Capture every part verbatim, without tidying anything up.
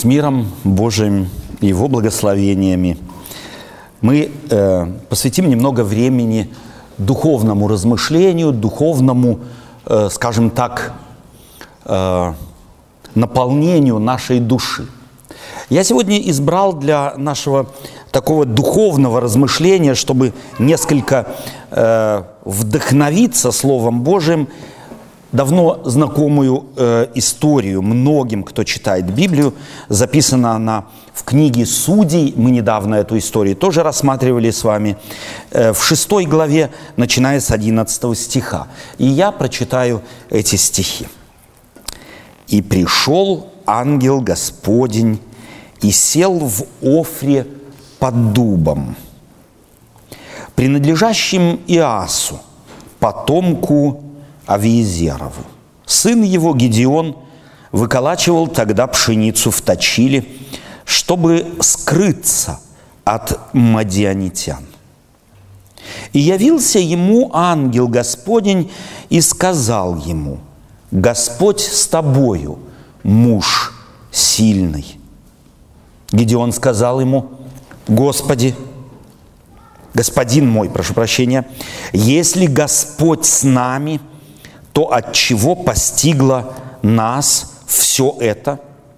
С миром Божиим и Его благословениями мы э, посвятим немного времени духовному размышлению, духовному, э, скажем так, э, наполнению нашей души. Я сегодня избрал для нашего такого духовного размышления, чтобы несколько э, вдохновиться Словом Божиим, давно знакомую э, историю многим, кто читает Библию. Записана она в книге Судей. Мы недавно эту историю тоже рассматривали с вами. Э, в шестой главе, начиная с одиннадцатого стиха. И я прочитаю эти стихи. «И пришел ангел Господень, и сел в Офре под дубом, принадлежащим Иасу, потомку Авиезерову. Сын его, Гедеон, выколачивал тогда пшеницу в точиле, чтобы скрыться от мадианитян. И явился ему ангел Господень и сказал ему: Господь с тобою, муж сильный. Гедеон сказал ему: Господи, господин мой, прошу прощения, если Господь с нами, то от чего постигло нас все это?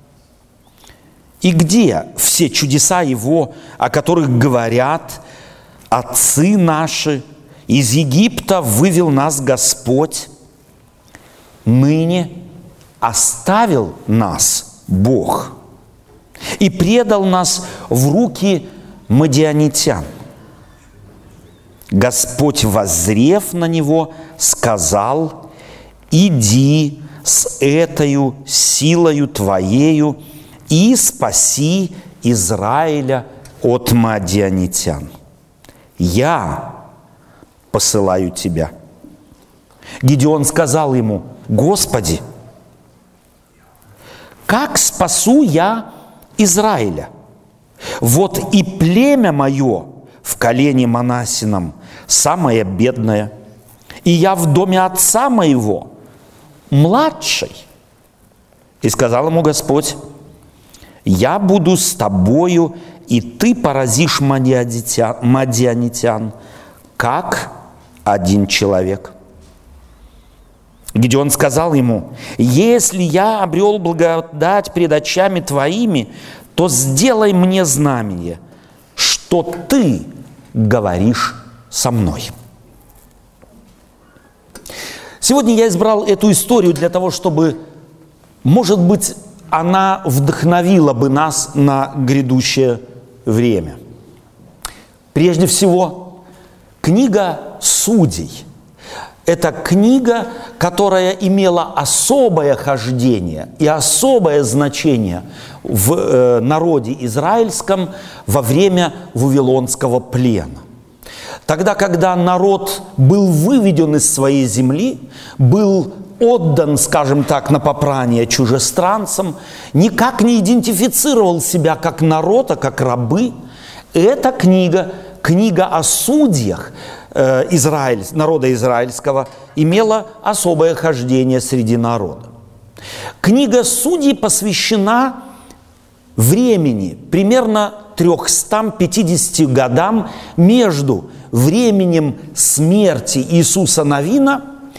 И где все чудеса Его, о которых говорят отцы наши? Из Египта вывел нас Господь. Ныне оставил нас Бог и предал нас в руки мадианитян. Господь, воззрев на него, сказал: иди с этою силою твоею и спаси Израиля от мадианитян. Я посылаю тебя. Гедеон сказал ему: Господи, как спасу я Израиля? Вот и племя мое в колене Манассином самое бедное, и я в доме отца моего младший. И сказал ему Господь: я буду с тобою, и ты поразишь мадианитян, как один человек. Гедеон сказал ему: если я обрел благодать пред очами твоими, то сделай мне знамение, что ты говоришь со мной. Сегодня я избрал эту историю для того, чтобы, может быть, она вдохновила бы нас на грядущее время. Прежде всего, книга Судей – это книга, которая имела особое хождение и особое значение в э, народе израильском во время вавилонского плена. Тогда, когда народ был выведен из своей земли, был отдан, скажем так, на попрание чужестранцам, никак не идентифицировал себя как народ, а как рабы, эта книга, книга о судьях э, Израиль, народа израильского, имела особое хождение среди народа. Книга Судей посвящена времени, примерно трёхстам пятидесяти годам между временем смерти Иисуса Навина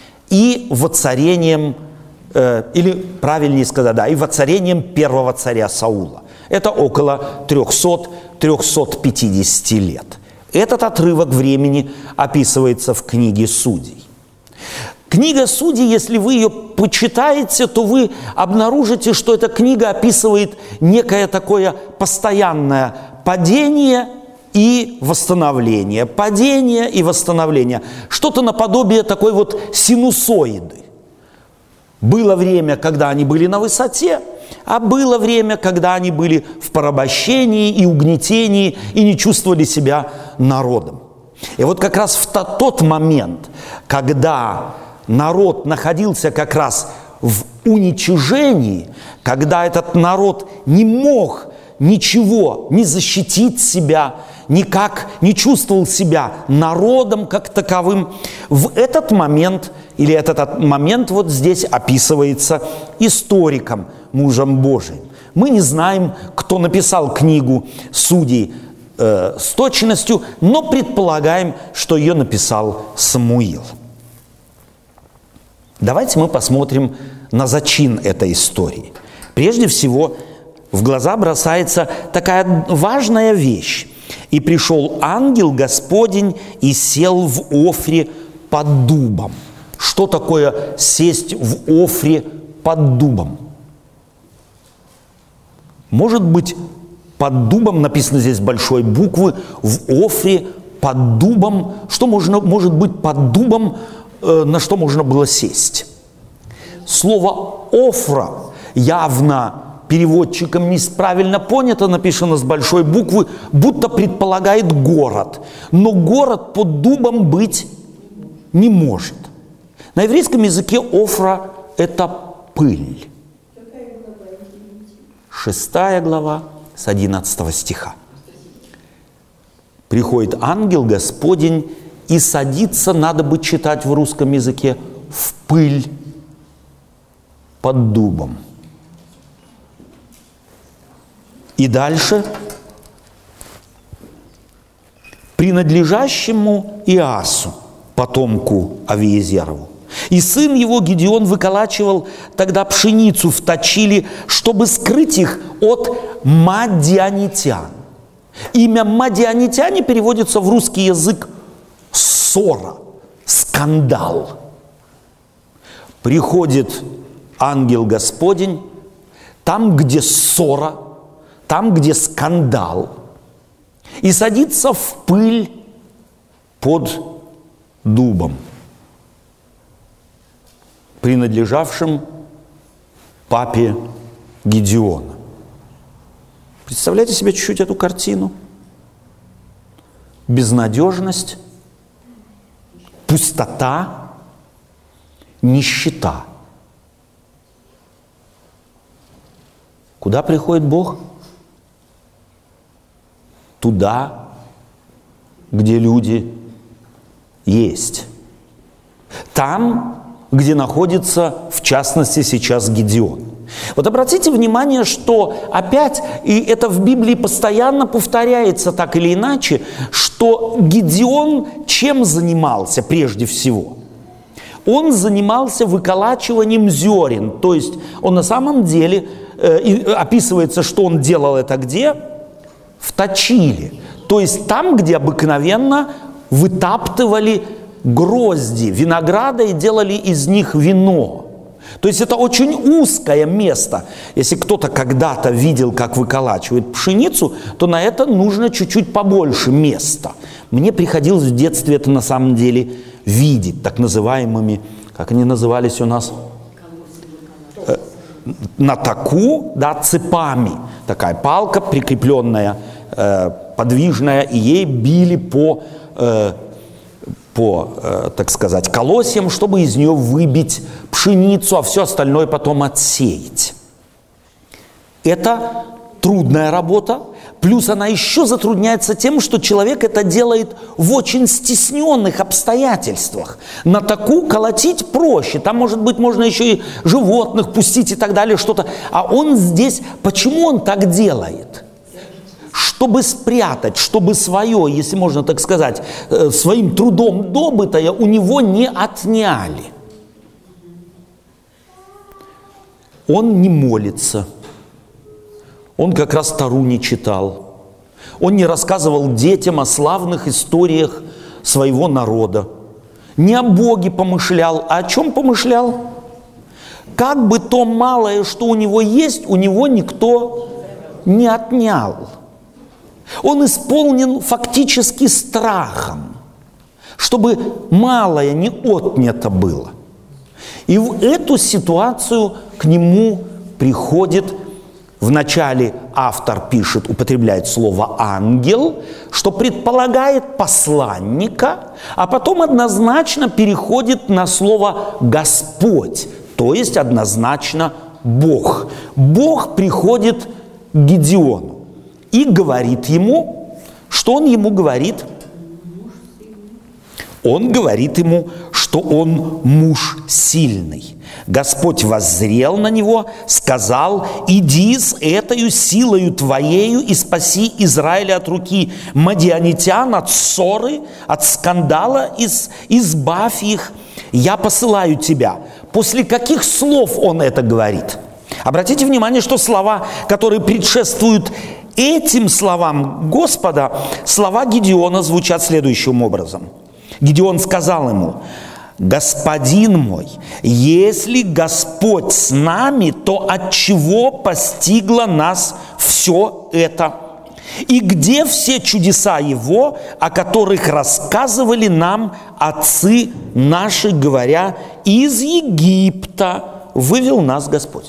и воцарением, э, или правильнее сказать, да, и воцарением первого царя Саула. Это около трёхсот-трёхсот пятидесяти лет. Этот отрывок времени описывается в книге Судей. Книга Судей, если вы ее почитаете, то вы обнаружите, что эта книга описывает некое такое постоянное падение и восстановление. Падение и восстановление. Что-то наподобие такой вот синусоиды. Было время, когда они были на высоте, а было время, когда они были в порабощении и угнетении и не чувствовали себя народом. И вот как раз в тот момент, когда народ находился как раз в уничижении, когда этот народ не мог ничего, не защитить себя, никак не чувствовал себя народом как таковым, в этот момент, или этот момент вот здесь описывается историком, мужем Божиим. Мы не знаем, кто написал книгу «Судей» э, с точностью, но предполагаем, что ее написал Самуил. Давайте мы посмотрим на зачин этой истории. Прежде всего, в глаза бросается такая важная вещь. «И пришел ангел Господень и сел в Офре под дубом». Что такое сесть в Офре под дубом? Может быть, под дубом, написано здесь большой буквы, в Офре под дубом. Что можно, может быть под дубом, э, на что можно было сесть? Слово «Офра» явно переводчиком неправильно понято, написано с большой буквы, будто предполагает город. Но город под дубом быть не может. На еврейском языке Офра – это пыль. Шестая глава с одиннадцатого стиха. Приходит ангел Господень и садится, надо бы читать в русском языке, в пыль под дубом. И дальше принадлежащему Иасу, потомку Авиезерову. И сын его Гедеон выколачивал тогда пшеницу в точиле, чтобы скрыть их от мадианитян. Имя мадианитяне переводится в русский язык ссора, скандал. Приходит ангел Господень, там, где ссора, там, где скандал, и садится в пыль под дубом, принадлежавшим папе Гедеона. Представляете себе чуть-чуть эту картину? Безнадежность, пустота, нищета. Куда приходит Бог? Туда, где люди есть. Там, где находится, в частности, сейчас Гедеон. Вот обратите внимание, что опять, и это в Библии постоянно повторяется так или иначе, что Гедеон чем занимался прежде всего? Он занимался выколачиванием зерен, то есть он на самом деле, э, описывается, что он делал это где? В точиле, то есть там, где обыкновенно вытаптывали грозди винограда и делали из них вино. То есть это очень узкое место. Если кто-то когда-то видел, как выколачивают пшеницу, то на это нужно чуть-чуть побольше места. Мне приходилось в детстве это на самом деле видеть, так называемыми, как они назывались у нас? Э, на таку, да, цепами. Такая палка прикрепленная, э, подвижная, и ей били по... Э, по, э, так сказать, колосьям, чтобы из нее выбить пшеницу, а все остальное потом отсеять. Это трудная работа, плюс она еще затрудняется тем, что человек это делает в очень стесненных обстоятельствах. На таку колотить проще, там, может быть, можно еще и животных пустить и так далее, что-то. А он здесь, почему он так делает? Чтобы спрятать, чтобы свое, если можно так сказать, своим трудом добытое у него не отняли. Он не молится. Он как раз Тору не читал. Он не рассказывал детям о славных историях своего народа. Не о Боге помышлял, а о чем помышлял? Как бы то малое, что у него есть, у него никто не отнял. Он исполнен фактически страхом, чтобы малое не отнято было. И в эту ситуацию к нему приходит, вначале автор пишет, употребляет слово «ангел», что предполагает посланника, а потом однозначно переходит на слово «Господь», то есть однозначно «Бог». Бог приходит к Гедеону и говорит ему, что он ему говорит? Он говорит ему, что он муж сильный. Господь воззрел на него, сказал: иди с этою силою твоею и спаси Израиля от руки мадианитян, от ссоры, от скандала, из, избавь их. Я посылаю тебя. После каких слов он это говорит? Обратите внимание, что слова, которые предшествуют этим словам Господа, слова Гедеона звучат следующим образом. Гедеон сказал ему: «Господин мой, если Господь с нами, то от чего постигло нас все это? И где все чудеса Его, о которых рассказывали нам отцы наши, говоря: из Египта вывел нас Господь».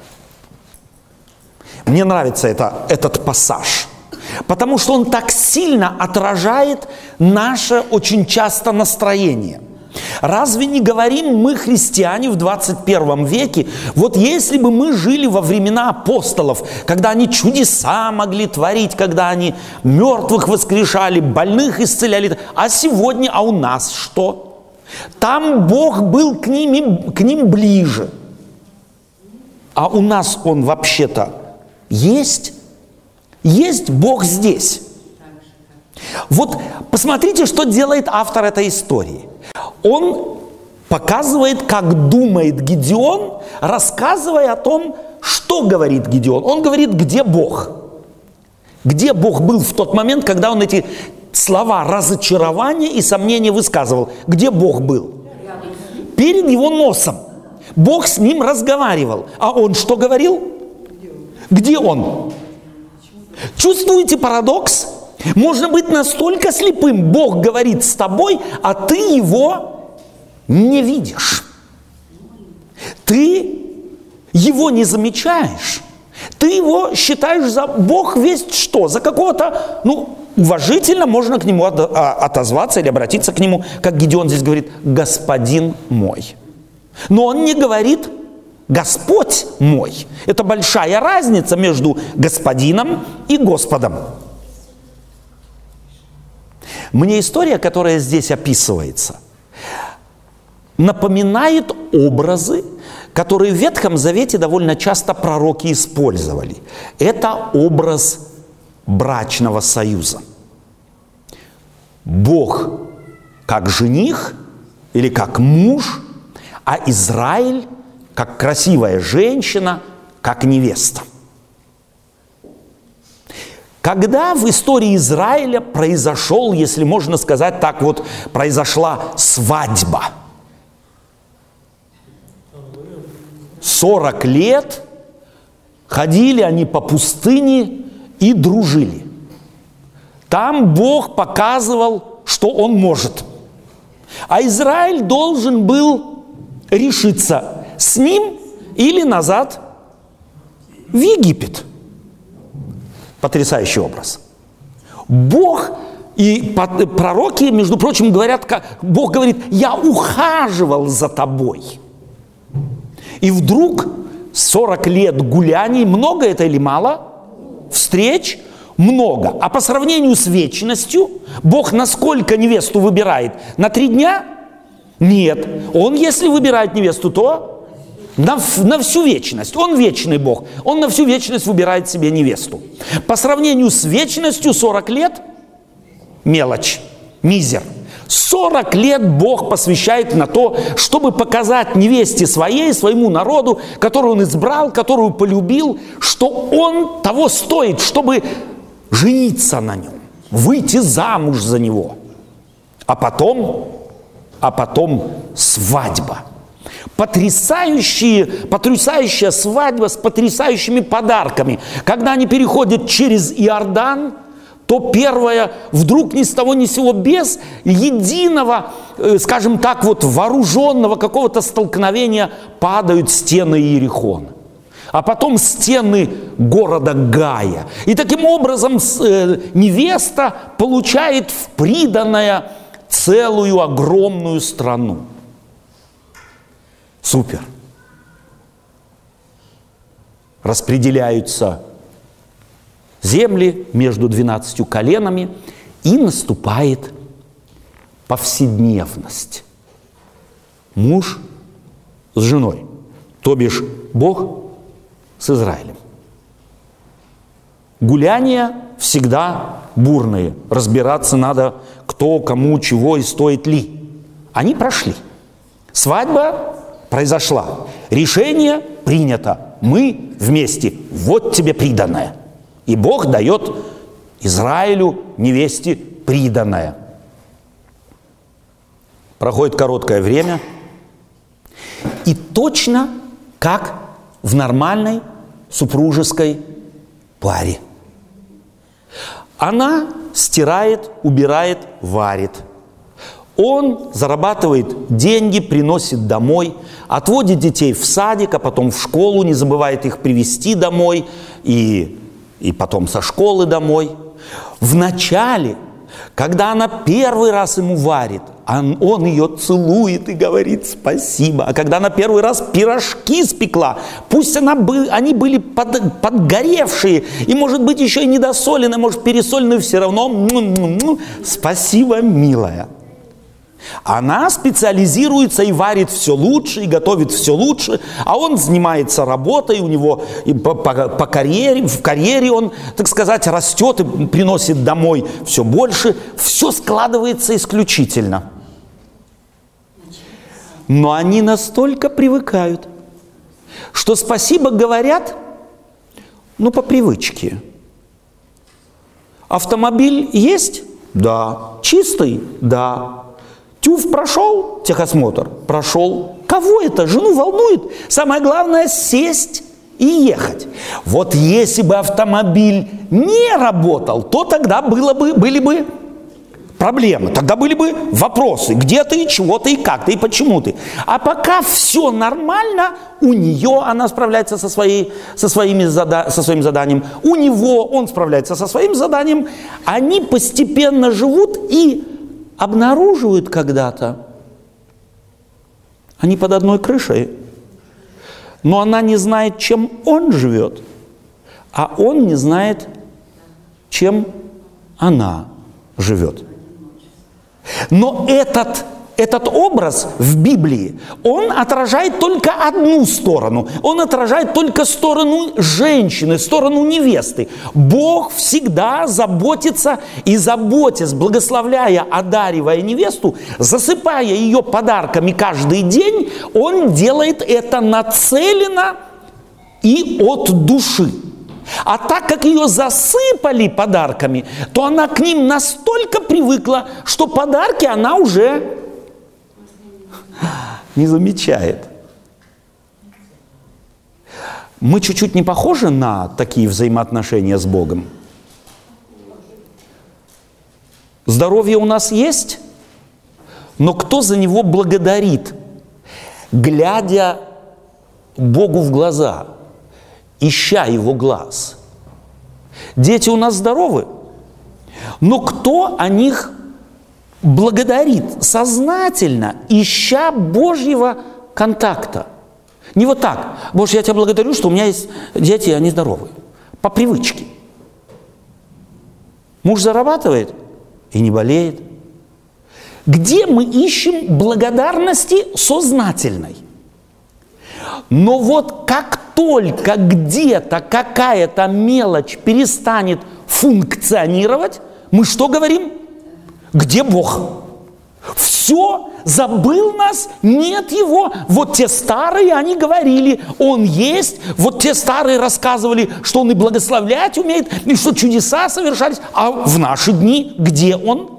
Мне нравится это, этот пассаж, потому что он так сильно отражает наше очень часто настроение. Разве не говорим мы, христиане, в двадцать первом веке, вот если бы мы жили во времена апостолов, когда они чудеса могли творить, когда они мертвых воскрешали, больных исцеляли, а сегодня, а у нас что? Там Бог был к ним, к ним ближе, а у нас Он вообще-то есть? Есть Бог здесь. Вот посмотрите, что делает автор этой истории. Он показывает, как думает Гедеон, рассказывая о том, что говорит Гедеон. Он говорит, где Бог. Где Бог был в тот момент, когда он эти слова разочарования и сомнения высказывал. Где Бог был? Перед его носом. Бог с ним разговаривал. А он что говорил? Где он? Чувствуете парадокс? Можно быть настолько слепым. Бог говорит с тобой, а ты его не видишь. Ты его не замечаешь. Ты его считаешь за Бог весть что? За какого-то, ну, уважительно можно к нему отозваться или обратиться к нему, как Гедеон здесь говорит, господин мой. Но он не говорит Господь мой. Это большая разница между господином и Господом. Мне история, которая здесь описывается, напоминает образы, которые в Ветхом Завете довольно часто пророки использовали. Это образ брачного союза. Бог как жених или как муж, а Израиль как красивая женщина, как невеста. Когда в истории Израиля произошел, если можно сказать так, вот произошла свадьба. сорок лет ходили они по пустыне и дружили. Там Бог показывал, что Он может. А Израиль должен был решиться, с ним или назад в Египет. Потрясающий образ. Бог и пророки, между прочим, говорят, как Бог говорит, я ухаживал за тобой. И вдруг сорок лет гуляний, много это или мало? Встреч много. А по сравнению с вечностью, Бог насколько невесту выбирает? На три дня? Нет. Он, если выбирает невесту, то на, на всю вечность. Он вечный Бог. Он на всю вечность выбирает себе невесту. По сравнению с вечностью сорок лет – мелочь, мизер. сорок лет Бог посвящает на то, чтобы показать невесте своей, своему народу, которую Он избрал, которую полюбил, что Он того стоит, чтобы жениться на нем, выйти замуж за него. А потом, а потом свадьба. Потрясающие, потрясающая свадьба с потрясающими подарками. Когда они переходят через Иордан, то первое, вдруг ни с того ни с сего, без единого, скажем так, вот вооруженного какого-то столкновения падают стены Иерихона. А потом стены города Гая. И таким образом невеста получает в приданое целую огромную страну. Супер. Распределяются земли между двенадцатью коленами, и наступает повседневность. Муж с женой, то бишь Бог с Израилем. Гуляния всегда бурные. Разбираться надо, кто, кому, чего и стоит ли. Они прошли. Свадьба произошла. Решение принято. Мы вместе. Вот тебе приданое. И Бог дает Израилю, невесте, приданое. Проходит короткое время. И точно как в нормальной супружеской паре. Она стирает, убирает, варит. Он зарабатывает деньги, приносит домой, отводит детей в садик, а потом в школу, не забывает их привезти домой, и, и потом со школы домой. Вначале, когда она первый раз ему варит, он, он ее целует и говорит спасибо. А когда она первый раз пирожки спекла, пусть она бы, они были под, подгоревшие, и, может быть, еще и недосоленные, может, пересоленные, все равно м-м-м, спасибо, милая. Она специализируется и варит все лучше, и готовит все лучше, а он занимается работой, у него и по, по, по карьере, в карьере он, так сказать, растет и приносит домой все больше, все складывается исключительно. Но они настолько привыкают, что спасибо говорят, ну, по привычке. Автомобиль есть? Да. Чистый? Да. ТÜV прошел, техосмотр? Прошел. Кого это? Жену волнует? Самое главное — сесть и ехать. Вот если бы автомобиль не работал, то тогда было бы, были бы проблемы, тогда были бы вопросы, где ты, чего ты, и как ты, и почему ты. А пока все нормально, у нее она справляется со, своей, со, своими зада, со своим заданием, у него он справляется со своим заданием, они постепенно живут и обнаруживают когда-то, они под одной крышей, но она не знает, чем он живет, а он не знает, чем она живет. Но этот, этот образ в Библии, он отражает только одну сторону. Он отражает только сторону женщины, сторону невесты. Бог всегда заботится и заботясь, благословляя, одаривая невесту, засыпая ее подарками каждый день, Он делает это нацеленно и от души. А так как ее засыпали подарками, то она к ним настолько привыкла, что подарки она уже не замечает. Мы чуть-чуть не похожи на такие взаимоотношения с Богом. Здоровье у нас есть, но кто за него благодарит, глядя Богу в глаза, ища Его глаз? Дети у нас здоровы, но кто о них благодарит сознательно, ища Божьего контакта? Не вот так: Боже, я тебя благодарю, что у меня есть дети, и они здоровы. По привычке. Муж зарабатывает и не болеет. Где мы ищем благодарности сознательной? Но вот как только где-то какая-то мелочь перестанет функционировать, мы что говорим? Где Бог? Все, забыл нас, нет Его. Вот те старые, они говорили, Он есть. Вот те старые рассказывали, что Он и благословлять умеет, и что чудеса совершались. А в наши дни где Он?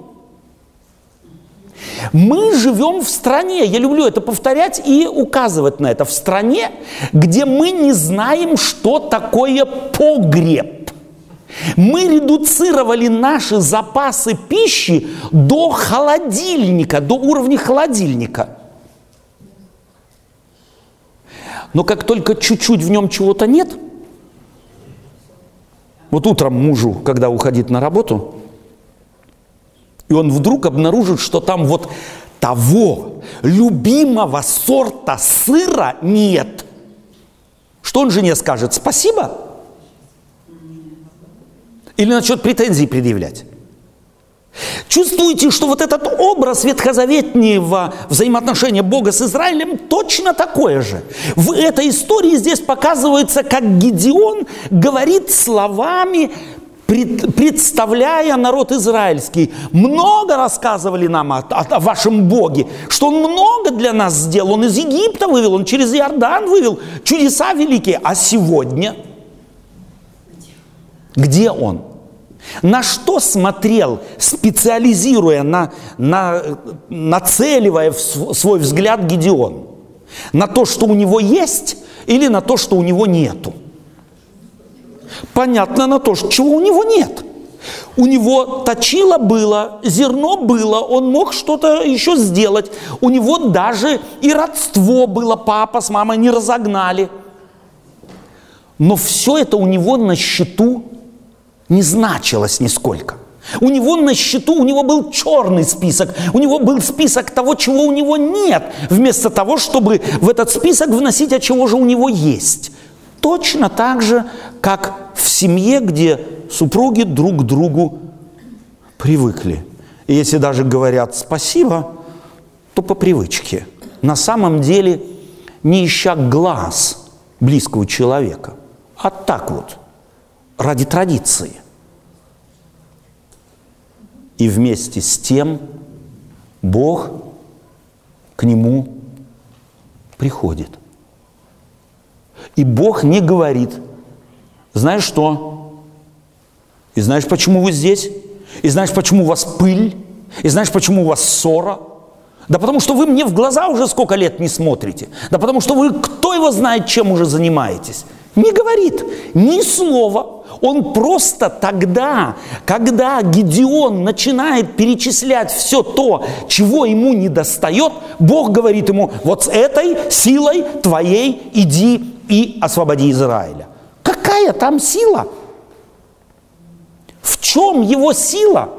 Мы живем в стране, я люблю это повторять и указывать на это, в стране, где мы не знаем, что такое погреб. Мы редуцировали наши запасы пищи до холодильника, до уровня холодильника. Но как только чуть-чуть в нем чего-то нет, вот утром мужу, когда уходит на работу, и он вдруг обнаружит, что там вот того любимого сорта сыра нет. Что он жене скажет? Спасибо? Или начнет претензии предъявлять? Чувствуете, что вот этот образ ветхозаветнего взаимоотношения Бога с Израилем точно такое же. В этой истории здесь показывается, как Гидеон говорит словами, представляя народ израильский. Много рассказывали нам о, о вашем Боге, что Он много для нас сделал. Он из Египта вывел, Он через Иордан вывел, чудеса великие. А сегодня? Где Он? На что смотрел, специализируя, на, на, нацеливая в свой взгляд Гидеон? На то, что у него есть, или на то, что у него нету? Понятно, на то, чего у него нет. У него точило было, зерно было, он мог что-то еще сделать. У него даже и родство было, папа с мамой не разогнали. Но все это у него на счету не значилось нисколько. У него на счету, у него был черный список, у него был список того, чего у него нет, вместо того, чтобы в этот список вносить, а чего же у него есть. Точно так же, как в семье, где супруги друг к другу привыкли. И если даже говорят «спасибо», то по привычке. На самом деле не ища глаз близкого человека, а так вот, ради традиции. И вместе с тем Бог к нему приходит. И Бог не говорит: знаешь что? И знаешь, почему вы здесь? И знаешь, почему у вас пыль? И знаешь, почему у вас ссора? Да потому что вы мне в глаза уже сколько лет не смотрите. Да потому что вы, кто его знает, чем уже занимаетесь. Не говорит ни слова. Он просто тогда, когда Гидеон начинает перечислять все то, чего ему не достает, Бог говорит ему: вот с этой силой твоей иди и освободи Израиля. Какая там сила? В чем его сила?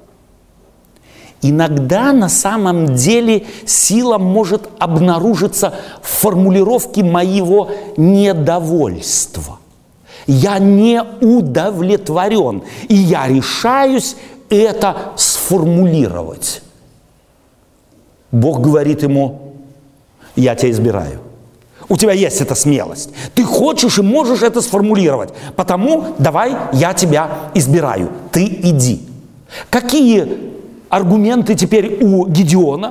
Иногда на самом деле сила может обнаружиться в формулировке моего недовольства. Я не удовлетворен, и я решаюсь это сформулировать. Бог говорит ему: я тебя избираю. У тебя есть эта смелость. Ты хочешь и можешь это сформулировать. Потому давай я тебя избираю. Ты иди. Какие аргументы теперь у Гидеона?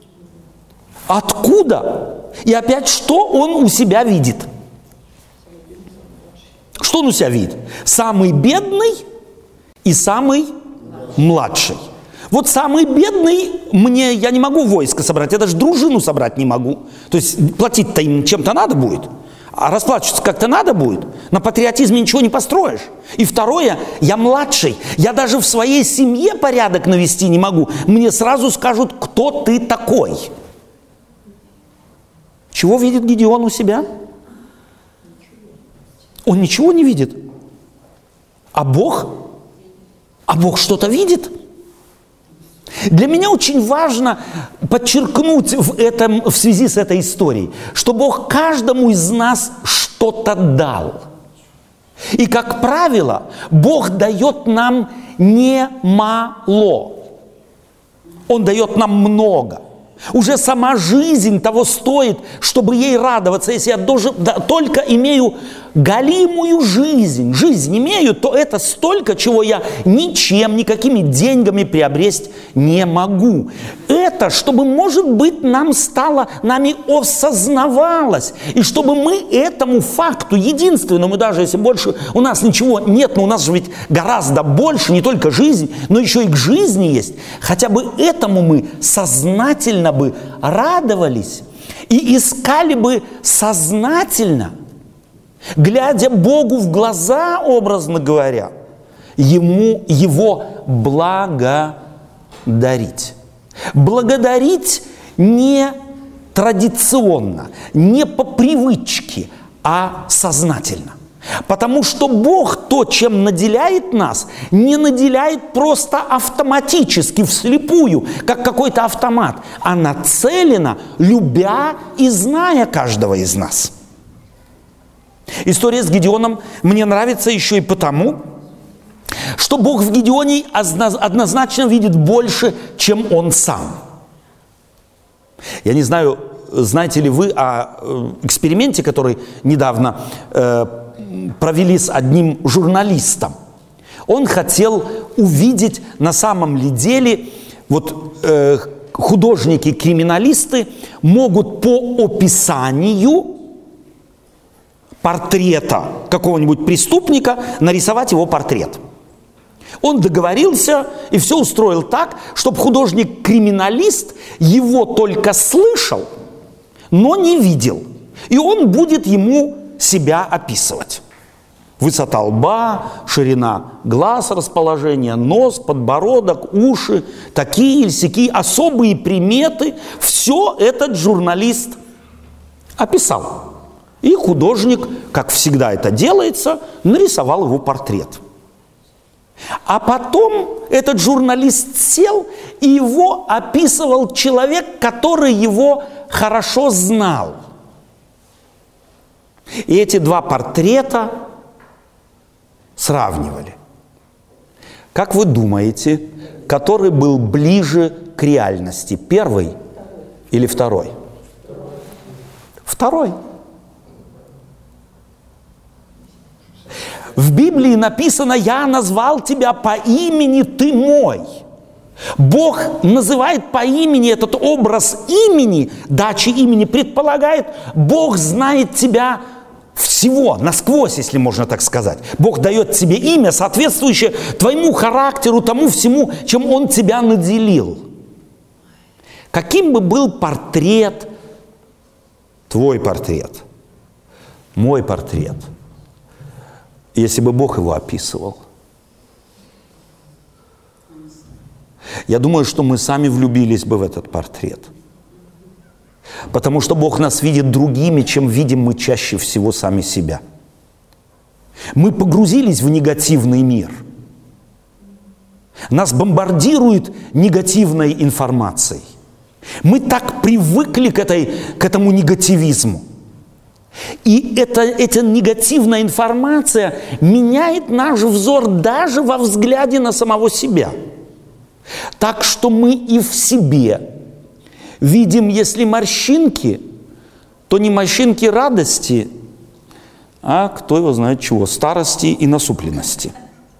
Откуда? И опять, что он у себя видит? Что он у себя видит? Самый бедный и самый младший. Вот самый бедный, мне, я не могу войско собрать, я даже дружину собрать не могу. То есть платить-то им чем-то надо будет, а расплачиваться как-то надо будет. На патриотизме ничего не построишь. И второе, я младший, я даже в своей семье порядок навести не могу. Мне сразу скажут, кто ты такой. Чего видит Гидеон у себя? Он ничего не видит. А Бог? А Бог что-то видит? Для меня очень важно подчеркнуть в, этом, в связи с этой историей, что Бог каждому из нас что-то дал. И, как правило, Бог дает нам немало. Он дает нам много. Уже сама жизнь того стоит, чтобы ей радоваться. Если я должен, да, только имею галимую жизнь, жизнь имею, то это столько, чего я ничем, никакими деньгами приобрести не могу. Это, чтобы, может быть, нам стало, нами осознавалось. И чтобы мы этому факту, единственному, даже если больше у нас ничего нет, но у нас же ведь гораздо больше, не только жизнь, но еще и к жизни есть. Хотя бы этому мы сознательно бы радовались и искали бы сознательно, глядя Богу в глаза, образно говоря, ему, Его благодарить. Благодарить не традиционно, не по привычке, а сознательно. Потому что Бог то, чем наделяет нас, не наделяет просто автоматически, вслепую, как какой-то автомат, а нацелено, любя и зная каждого из нас. История с Гидеоном мне нравится еще и потому, что Бог в Гедеоне однозначно видит больше, чем он сам. Я не знаю, знаете ли вы о эксперименте, который недавно э, провели с одним журналистом. Он хотел увидеть, на самом ли деле вот, э, художники-криминалисты могут по описанию портрета какого-нибудь преступника нарисовать его портрет. Он договорился и все устроил так, чтобы художник-криминалист его только слышал, но не видел. И он будет ему себя описывать. Высота лба, ширина глаз, расположение, нос, подбородок, уши, такие или сякие особые приметы. Все этот журналист описал. И художник, как всегда это делается, нарисовал его портрет. А потом этот журналист сел, и его описывал человек, который его хорошо знал. И эти два портрета сравнивали. Как вы думаете, который был ближе к реальности, первый или второй? Второй. В Библии написано: «Я назвал тебя по имени, ты мой». Бог называет по имени, этот образ имени, дачи имени предполагает, Бог знает тебя всего, насквозь, если можно так сказать. Бог дает тебе имя, соответствующее твоему характеру, тому всему, чем Он тебя наделил. Каким бы был портрет, твой портрет, мой портрет, если бы Бог его описывал? Я думаю, что мы сами влюбились бы в этот портрет. Потому что Бог нас видит другими, чем видим мы чаще всего сами себя. Мы погрузились в негативный мир. Нас бомбардирует негативной информацией. Мы так привыкли к, этой, к этому негативизму. И эта, эта негативная информация меняет наш взор даже во взгляде на самого себя. Так что мы и в себе видим, если морщинки, то не морщинки радости, а кто его знает чего, старости и насупленности.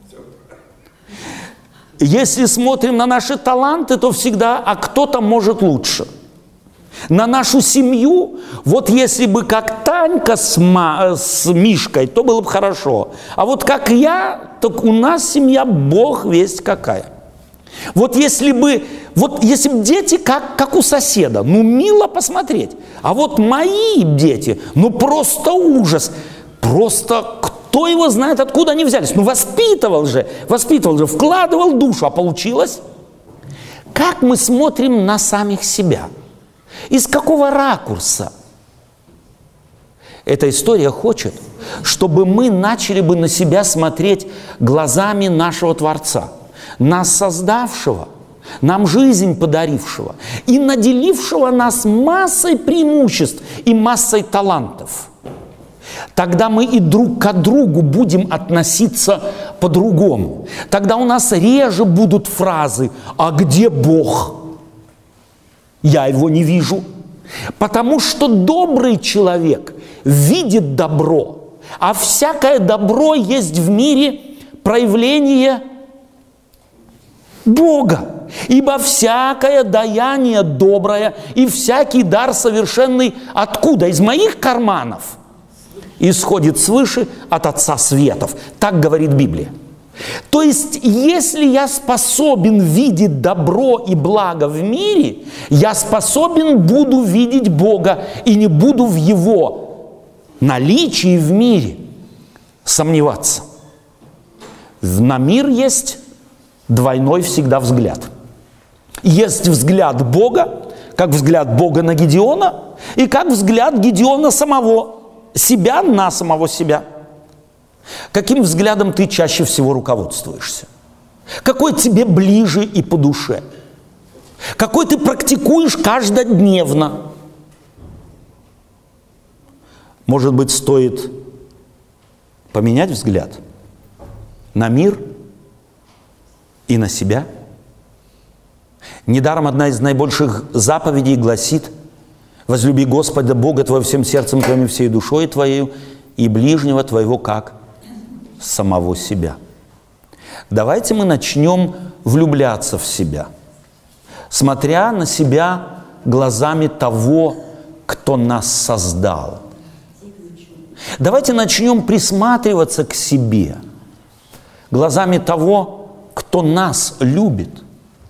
Если смотрим на наши таланты, то всегда, а кто-то может лучше. На нашу семью, вот если бы как Танька с, Ма, с Мишкой, то было бы хорошо. А вот как я, так у нас семья бог весть какая. Вот если бы, вот если бы дети как, как у соседа, ну мило посмотреть. А вот мои дети, ну просто ужас. Просто кто его знает, откуда они взялись. Ну воспитывал же, воспитывал же, вкладывал душу, а получилось? Как мы смотрим на самих себя? Из какого ракурса? Эта история хочет, чтобы мы начали бы на себя смотреть глазами нашего Творца, нас создавшего, нам жизнь подарившего и наделившего нас массой преимуществ и массой талантов. Тогда мы и друг к другу будем относиться по-другому. Тогда у нас реже будут фразы «А где Бог?» Я его не вижу. Потому что добрый человек видит добро, а всякое добро есть в мире проявление Бога. Ибо всякое даяние доброе и всякий дар совершенный откуда? Из моих карманов исходит свыше от Отца Светов. Так говорит Библия. То есть, если я способен видеть добро и благо в мире, я способен буду видеть Бога и не буду в Его наличии в мире сомневаться. На мир есть двойной всегда взгляд. Есть взгляд Бога, как взгляд Бога на Гедеона, и как взгляд Гедеона самого себя на самого себя. Каким взглядом ты чаще всего руководствуешься? Какой тебе ближе и по душе? Какой ты практикуешь каждодневно? Может быть, стоит поменять взгляд на мир и на себя. Недаром одна из наибольших заповедей гласит: возлюби Господа Бога твоего всем сердцем твоим и всей душой твоей, и ближнего твоего как самого себя. Давайте мы начнем влюбляться в себя, смотря на себя глазами того, кто нас создал. Давайте начнем присматриваться к себе глазами того, кто нас любит.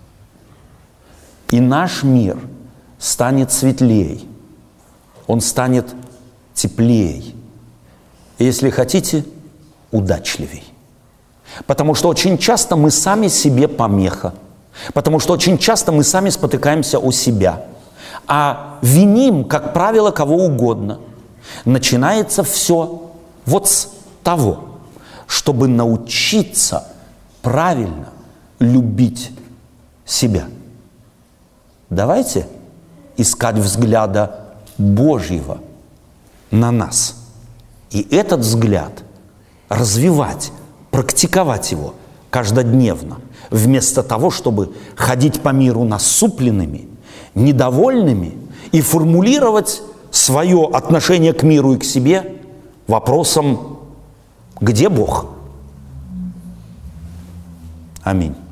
И наш мир станет светлей, он станет теплей, и, если хотите, удачливей. Потому что очень часто мы сами себе помеха, потому что очень часто мы сами спотыкаемся у себя, а виним, как правило, кого угодно. Начинается все вот с того, чтобы научиться правильно любить себя. Давайте искать взгляда Божьего на нас. И этот взгляд развивать, практиковать его каждодневно, вместо того, чтобы ходить по миру насупленными, недовольными и формулировать свое отношение к миру и к себе вопросом: где Бог? Аминь.